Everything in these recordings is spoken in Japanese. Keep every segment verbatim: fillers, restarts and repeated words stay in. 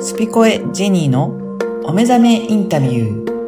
スピコエジェニーのお目覚めインタビュー。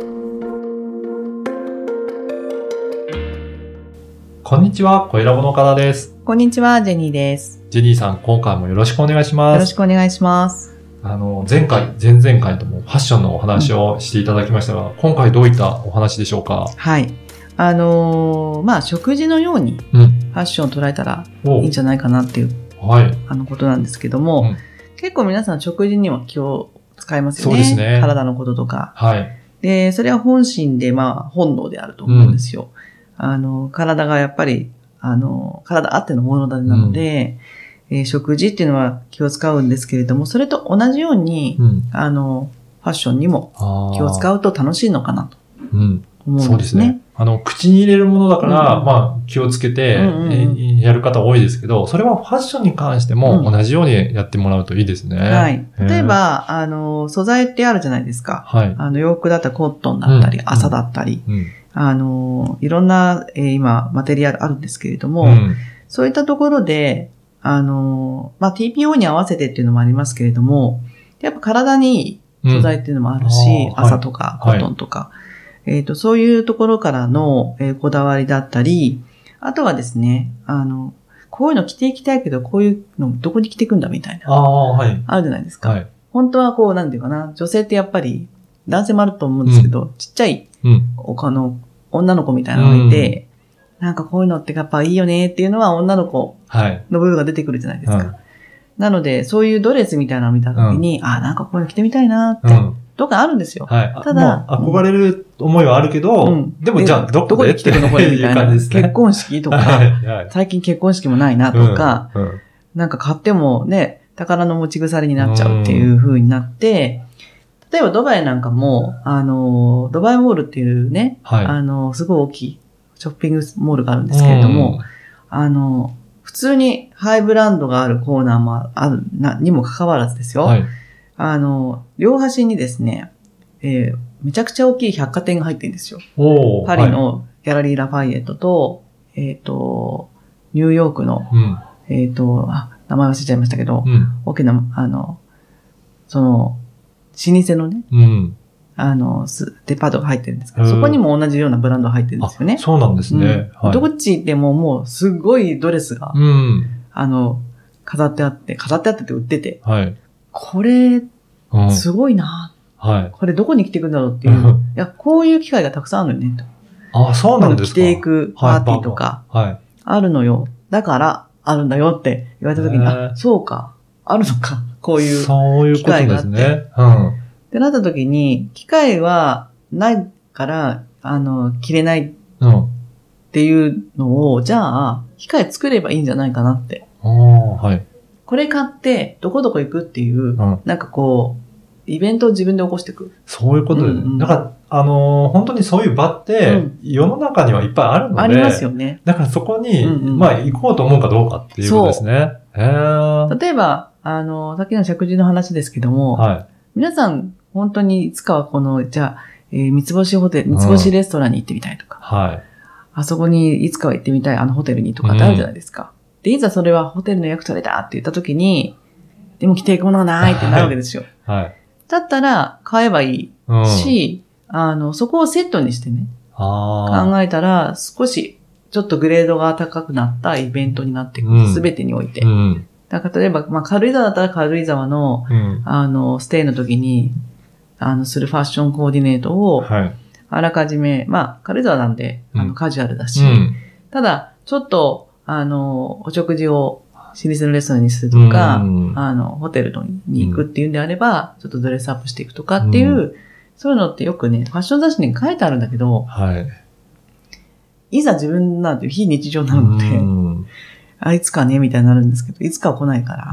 こんにちは、小ラボの岡田です。 こんにちは、ジェニーです。 ジェニーさん、今回もよろしくお願いします。 よろしくお願いします。 あの、前回、前々回ともファッションのお話をしていただきましたが、うん、今回どういったお話でしょうか？ はい。あのー、まあ、食事のようにファッションを捉えたらいいんじゃないかなっていう、はい、あのことなんですけども、うん、結構皆さん食事には気を使いますよね。そうですね。体のこととか。はい。で、それは本心で、まあ、本能であると思うんですよ。うん、あの、体がやっぱり、あの、体あってのものなので、うんえー、食事っていうのは気を使うんですけれども、それと同じように、うん、あの、ファッションにも気を使うと楽しいのかなと思うんですね。うん、そうですね。 あの、口に入れるものだから、うん、まあ、気をつけて、うんうんうんえー、やる方多いですけど、それはファッションに関しても同じようにやってもらうといいですね。うん、 はい。例えば、あの、素材ってあるじゃないですか。はい。あの、洋服だったらコットンだったり、うん、麻だったり、うん、あの、いろんな、えー、今、マテリアルあるんですけれども、うん、そういったところで、あの、まあ、ティーピーオー に合わせてっていうのもありますけれども、やっぱ体にいい素材っていうのもあるし、うん、麻とかコットンとか、はいえっと、そういうところからの、えー、こだわりだったり、あとはですね、あの、こういうの着ていきたいけど、こういうのどこに着ていくんだみたいな。ああ、はい。あるじゃないですか。はい。本当はこう、なんていうかな、女性ってやっぱり、男性もあると思うんですけど、うん、ちっちゃい、うん、あの、女の子みたいなのがいて、うん、なんかこういうのってやっぱいいよねっていうのは女の子の部分が出てくるじゃないですか。はいうん、なので、そういうドレスみたいなのを見たときに、うん、あ、なんかこういうの着てみたいなって、うんとかあるんですよ。はい。ただ、 まあ、憧れる思いはあるけど、うん、でもじゃあどこでどこに来てるのこれみたいな。ね、結婚式とか、はいはい、最近結婚式もないなとか、うんうん、なんか買ってもね、宝の持ち腐れになっちゃうっていう風になって、例えばドバイなんかも、あの、ドバイモールっていうね、はい、あの、すごい大きいショッピングモールがあるんですけれども、あの、普通にハイブランドがあるコーナーもあるな、にもかかわらずですよ。はいあの、両端にですね、えー、めちゃくちゃ大きい百貨店が入ってるんですよ。パリのギャラリー・ラファイエットと、はい、えっ、ー、と、ニューヨークの、うん、えっ、ー、と、あ、名前忘れちゃいましたけど、うん、大きな、あの、その、老舗のね、うん、あの、デパートが入ってるんですけど、そこにも同じようなブランドが入ってるんですよね。 そうなんですね。 うんはい、どっちでももうすごいドレスが、うん、あの、飾ってあって、飾ってあってて売ってて、はいこれ、すごいな、うん。はい。これどこに着ていくんだろうっていう。いや、こういう機会がたくさんあるのよね、と。 ああ、そうなんですか。 着ていくパーティーとか、はい。あるのよ。だから、あるんだよって言われた時に、あ、そうか。あるのか。こういう機会があって。そういうことですね。うん。ってなった時に、機会はないから、あの、着れないっていうのを、じゃあ、機会作ればいいんじゃないかなって。ああ、はい。これ買って、どこどこ行くっていう、うん、なんかこう、イベントを自分で起こしていく。 そういうことです。うんうん、だから、あのー、本当にそういう場って、うん、世の中にはいっぱいあるので。 ありますよね。 だからそこに、うんうん、まあ行こうと思うかどうかっていうことですね。へー例えば、あの、さっきの食事の話ですけども、はい、皆さん、本当にいつかはこの、じゃあ、えー、三つ星ホテル、三つ星レストランに行ってみたいとか、うん、はい。あそこにいつかは行ってみたい、あのホテルにとかってあるじゃないですか。うんで、いざそれはホテルの予約取れたって言った時に、でも着ていくものがないってなるわけですよ。はい。はい、だったら買えばいいし、うん、あの、そこをセットにしてね、あ考えたら少しちょっとグレードが高くなったイベントになっていく。すべ、うん、てにおいて。うん、だから例えば、まあ、軽井沢だったら軽井沢の、うん、あの、ステイの時に、あの、するファッションコーディネートを、はい、あらかじめ、まあ、軽井沢なんで、あの、カジュアルだし、うん、ただ、ちょっと、あの、お食事を老舗のレストランにするとか、うん、あの、ホテルに行くっていうんであれば、ちょっとドレスアップしていくとかっていう、うん、そういうのってよくね、ファッション雑誌に書いてあるんだけど、はい、いざ自分なんて非日常なので、うん、あ、いつかね、みたいになるんですけど、いつかは来ないから、うん、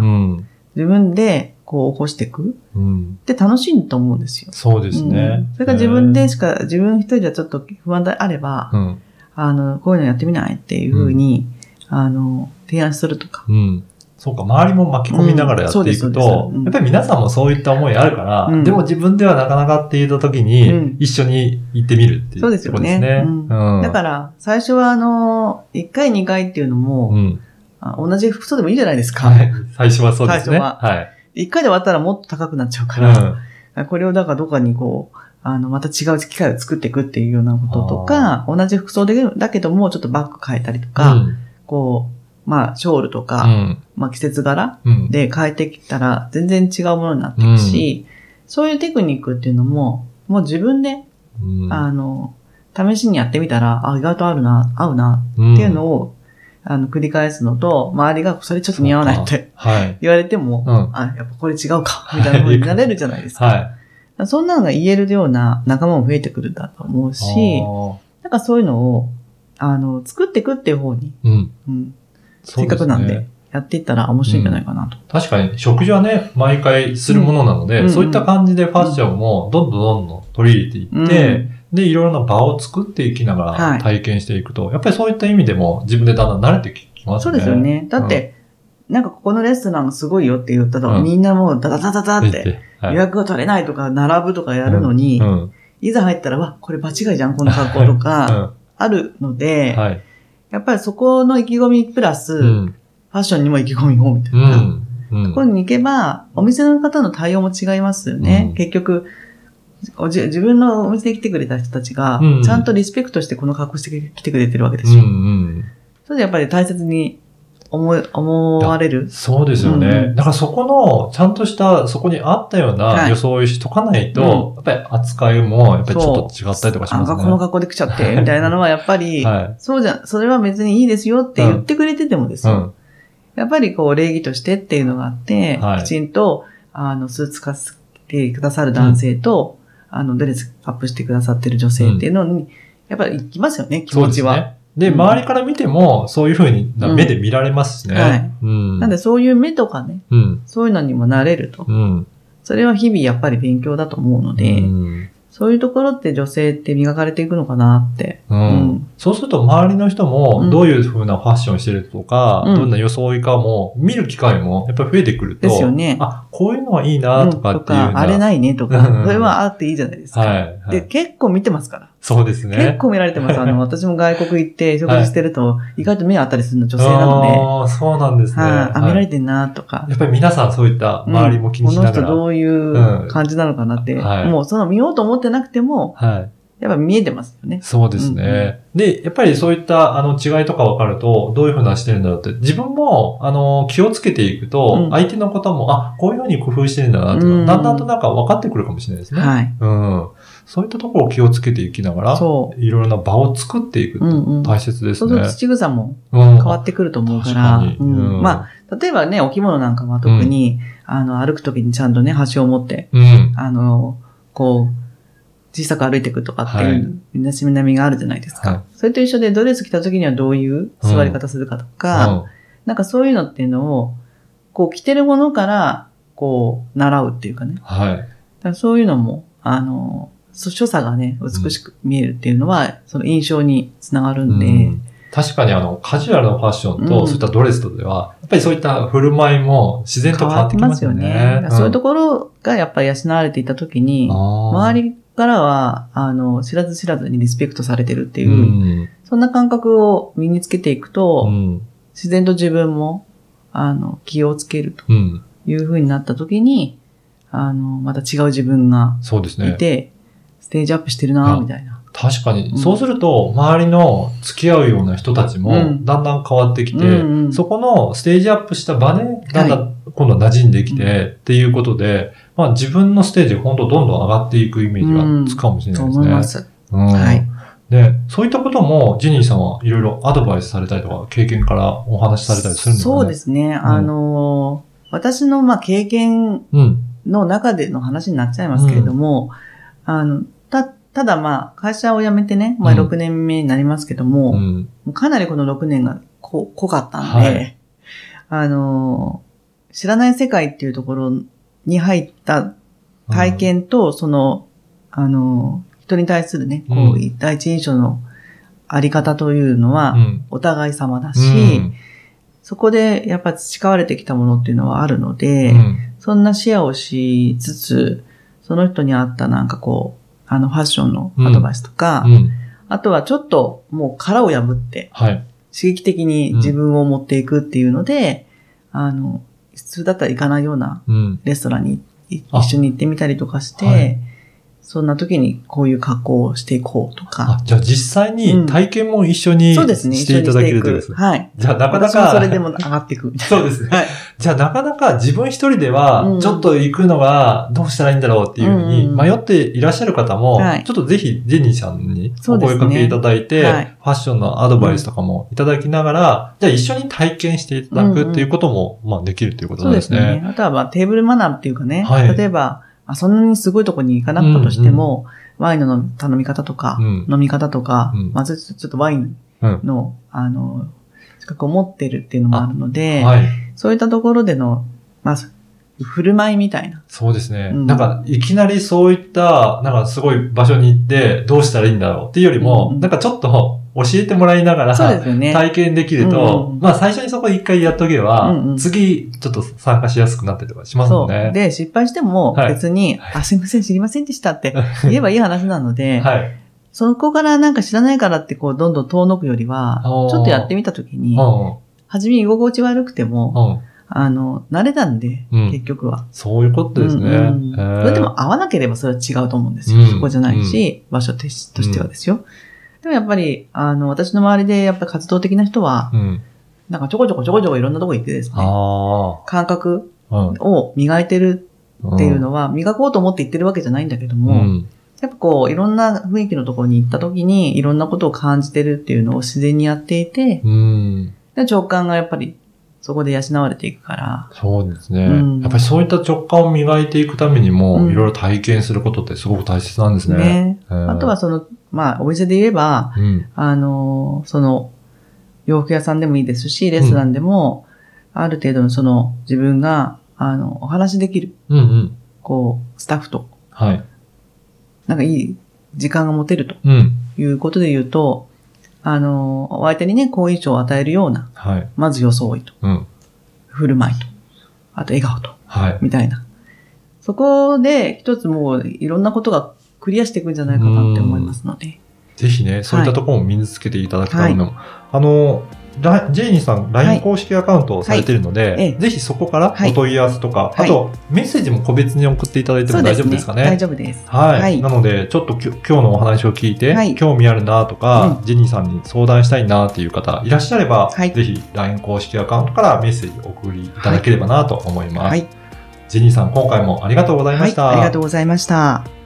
自分でこう起こしていく、うん、って楽しいと思うんですよ。 そうですね。 うん、それから自分でしか、自分一人じゃちょっと不安であれば、うん、あの、こういうのやってみないっていうふうに、うんあの、提案するとか。 うん。そうか、周りも巻き込みながらやっていくと、うん、やっぱり皆さんもそういった思いあるから、うん、でも自分ではなかなかって言った時に、うん、一緒に行ってみるっていうことですね。そうですよね。 うんうん、だから、最初はあの、いっかいにかいっていうのも、うん、同じ服装でもいいじゃないですか。はい。 最初はそうですね。 最初は。はい。 一回で終わったらもっと高くなっちゃうから、うん、これをだからどっかにこう、あの、また違う機械を作っていくっていうようなこととか、同じ服装で、だけども、ちょっとバッグ変えたりとか、うん、こう、まあ、ショールとか、うん、まあ、季節柄で変えてきたら、全然違うものになっていくし、うん、そういうテクニックっていうのも、もう自分で、うん、あの、試しにやってみたら、あ、意外とあるな、合うな、っていうのを、うん、あの、繰り返すのと、周りが、それちょっと似合わないって言われても、はい、あ、やっぱこれ違うか、みたいな風になれるじゃないですか。はいそんなのが言えるような仲間も増えてくるんだと思うし、なんかそういうのを、あの、作っていくっていう方に、うんうん、せっかくなんで、やっていったら面白いんじゃないかなと。 うん、確かに、食事はね、毎回するものなので、うん、そういった感じでファッションもどんどんどんどん取り入れていって、うん、で、いろいろな場を作っていきながら体験していくと、はい、やっぱりそういった意味でも自分でだんだん慣れてきますね。 そうですよね。だって、うん、なんかここのレストランがすごいよって言ったら、うん、みんなもうダダダダダって、予約が取れないとか、並ぶとかやるのに、うんうん、いざ入ったら、わ、これ場違いじゃん、この格好とか、あるので、はい、やっぱりそこの意気込みプラス、うん、ファッションにも意気込みをみたいな、うんうん、ところに行けば、お店の方の対応も違いますよね。うん、結局自分のお店に来てくれた人たちが、ちゃんとリスペクトしてこの格好して来てくれてるわけでしょ。うんうん、それでやっぱり大切に思い、思われる。 そうですよね。うん、だからそこの、ちゃんとした、そこに合ったような装いしとかないと、はいうん、やっぱり扱いも、やっぱりちょっと違ったりとかしますね。 あ、この格好で来ちゃって、みたいなのはやっぱり、はい、そうじゃ、それは別にいいですよって言ってくれててもですよ。うん、やっぱりこう、礼儀としてっていうのがあって、はい、きちんと、あの、スーツ化してくださる男性と、うん、あの、ドレスアップしてくださってる女性っていうのに、やっぱり行きますよね、気持ちは。そうですね。 で、周りから見ても、そういう風に目で見られますしね。うん、はい。 うん、なんで、そういう目とかね、うん、そういうのにもなれると。うん、それは日々やっぱり勉強だと思うので、うん、そういうところって女性って磨かれていくのかなって。 うんうん、そうすると、周りの人も、どういう風なファッションしてるとか、うん、どんな装いかも、見る機会もやっぱり増えてくると、ですよね。あ、こういうのはいいなとかっていう、うん。とか、 あれないねとか、それはあっていいじゃないですか。はいはい、で、結構見てますから。 そうですね。 結構見られてます。あの、私も外国行って食事してると、意外と目あったりするの女性なので。 ああ、そうなんですね。 はい。あ、見られてんなとか。 やっぱり皆さんそういった周りも気にしながら。 この人どういう感じなのかなって。もうその見ようと思ってなくても、はい。やっぱ見えてますよね。 そうですね。で、やっぱりそういったあの違いとか分かると、どういうふうなしてるんだろうって、自分もあの気をつけていくと、相手のことも、あ、こういうふうに工夫してるんだなって、だんだんとなんか分かってくるかもしれないですね。はい。うん。そういったところを気をつけていきながら、そう。いろいろな場を作っていくって大切ですね。 そうすると土草も変わってくると思うから。確かに。まあ、例えばね、お着物なんかは特に、あの、歩くときにちゃんとね、端を持って、あの、こう、小さく歩いていくとかっていう、みなしみなみがあるじゃないですか。はい、それと一緒でドレス着た時にはどういう座り方するかとか、うん、なんかそういうのっていうのを、こう着てるものから、こう、習うっていうかね。はい。だからそういうのも、あの、所作がね、美しく見えるっていうのは、うん、その印象につながるんで、うん確かにあの、カジュアルなファッションと、そういったドレスとでは、やっぱりそういった振る舞いも自然と変わってきますよね。変わってますよね。うん、そういうところがやっぱり養われていたときに、周りからは、あの、知らず知らずにリスペクトされてるっていう、うん、そんな感覚を身につけていくと、うん、自然と自分も、あの、気をつけるという風になったときに、あの、また違う自分がいて、そうですね、ステージアップしてるな、みたいな。 確かに。そうすると、周りの付き合うような人たちも、だんだん変わってきて、うんうん、そこのステージアップした場で、だんだん今度は馴染んできて、はい、っていうことで、まあ自分のステージが本当どんどん上がっていくイメージがつくかもしれないですね。うん、と思います。うん、はい。で、そういったことも、ジニーさんはいろいろアドバイスされたりとか、経験からお話しされたりするんですかね。 そうですね。うん、あの、私のまあ経験の中での話になっちゃいますけれども、うん、あの、た、ただまあ、会社を辞めてね、まあろくねんめになりますけども、うん、もうかなりこのろくねんがこ濃かったんで、はい、あの、知らない世界っていうところに入った体験と、うん、その、あの、人に対するね、こう、うん、第一印象のあり方というのは、お互い様だし、うん、そこでやっぱ培われてきたものっていうのはあるので、うん、そんなシェアをしつつ、その人に合ったなんかこう、あのファッションのアドバイスとか、うんうん、あとはちょっともう殻を破って、はい、刺激的に自分を持っていくっていうので、うん、あの、 普通だったら行かないようなレストランに、うん、一緒に行ってみたりとかして、はい、そんな時にこういう格好をしていこうとか。 あ、じゃあ実際に体験も一緒に、うん、そうですね、していただけるということですね。 はい。 じゃあなかなか。 それでも上がっていくみたいな。 そうですね。はい。じゃあなかなか自分一人では、ちょっと行くのがどうしたらいいんだろうっていうふうに迷っていらっしゃる方も、はい、ちょっとぜひジェニーさんにお声かけいただいて、ねはい、ファッションのアドバイスとかもいただきながら、うん、じゃあ一緒に体験していただくっていうことも、まあできるということなんですね。そうですね。 あとはまあテーブルマナーっていうかね、はい、例えば、あそんなにすごいとこに行かなかったとしても、うんうんワインの頼み方とか、うん、飲み方とか、うん、まずちょっとワインの、うん、あの、資格を持ってるっていうのもあるので、はい、そういったところでの、まず、振る舞いみたいな。 そうですね。うん、なんか、いきなりそういった、なんかすごい場所に行って、どうしたらいいんだろうっていうよりも、うん、なんかちょっと教えてもらいながら、そうですよね、体験できると、うんうん、まあ最初にそこで一回やっとけば、うんうん、次、ちょっと参加しやすくなったりとかしますもんね。 そう。で、失敗しても、別に、はい、あ、すいません、知りませんでしたって言えばいい話なので、はい、そこからなんか知らないからってこう、どんどん遠のくよりは、ちょっとやってみたときに、初め居心地悪くても、あの、慣れたんで、うん、結局は。 そういうことですね。うんうん、それでも合わなければそれは違うと思うんですよ。うん、そこじゃないし、うん、場所としてはですよ。でもやっぱり、あの、私の周りでやっぱり活動的な人は、うん、なんかちょこちょこちょこちょこいろんなとこ行ってですね、感覚を磨いてるっていうのは、うん、磨こうと思って行ってるわけじゃないんだけども、うん、やっぱこう、いろんな雰囲気のところに行った時に、いろんなことを感じてるっていうのを自然にやっていて、うん、で直感がやっぱり、そこで養われていくから。 そうですね、うん。やっぱりそういった直感を磨いていくためにも、いろいろ体験することってすごく大切なんですね。ねえー、あとはその、まあ、お店で言えば、うん、あの、その、洋服屋さんでもいいですし、レストランでも、うん、ある程度のその、自分が、あの、お話できる、うんうん、こう、スタッフと、はい。なんかいい時間が持てるということで言うと、あの、お相手にね、好印象を与えるような、はい、まず装いと、うん、振る舞いと、あと笑顔と、はい、みたいな。そこで一つもういろんなことがクリアしていくんじゃないかなって思いますので。 ぜひね、そういったところも身につけていただきたいの。はい、あの、ジェイニーさん、ライン 公式アカウントをされているので、はいはい、ぜひそこからお問い合わせとか、はい、あとメッセージも個別に送っていただいても大丈夫ですかね。 大丈夫です。 はい。はい、なので、ちょっと今日のお話を聞いて、はい、興味あるなとか、うん、ジェニーさんに相談したいなっていう方いらっしゃれば、はい、ぜひ ライン 公式アカウントからメッセージを送りいただければなと思います。はい、ジェニーさん、今回もありがとうございました。 はい、ありがとうございました。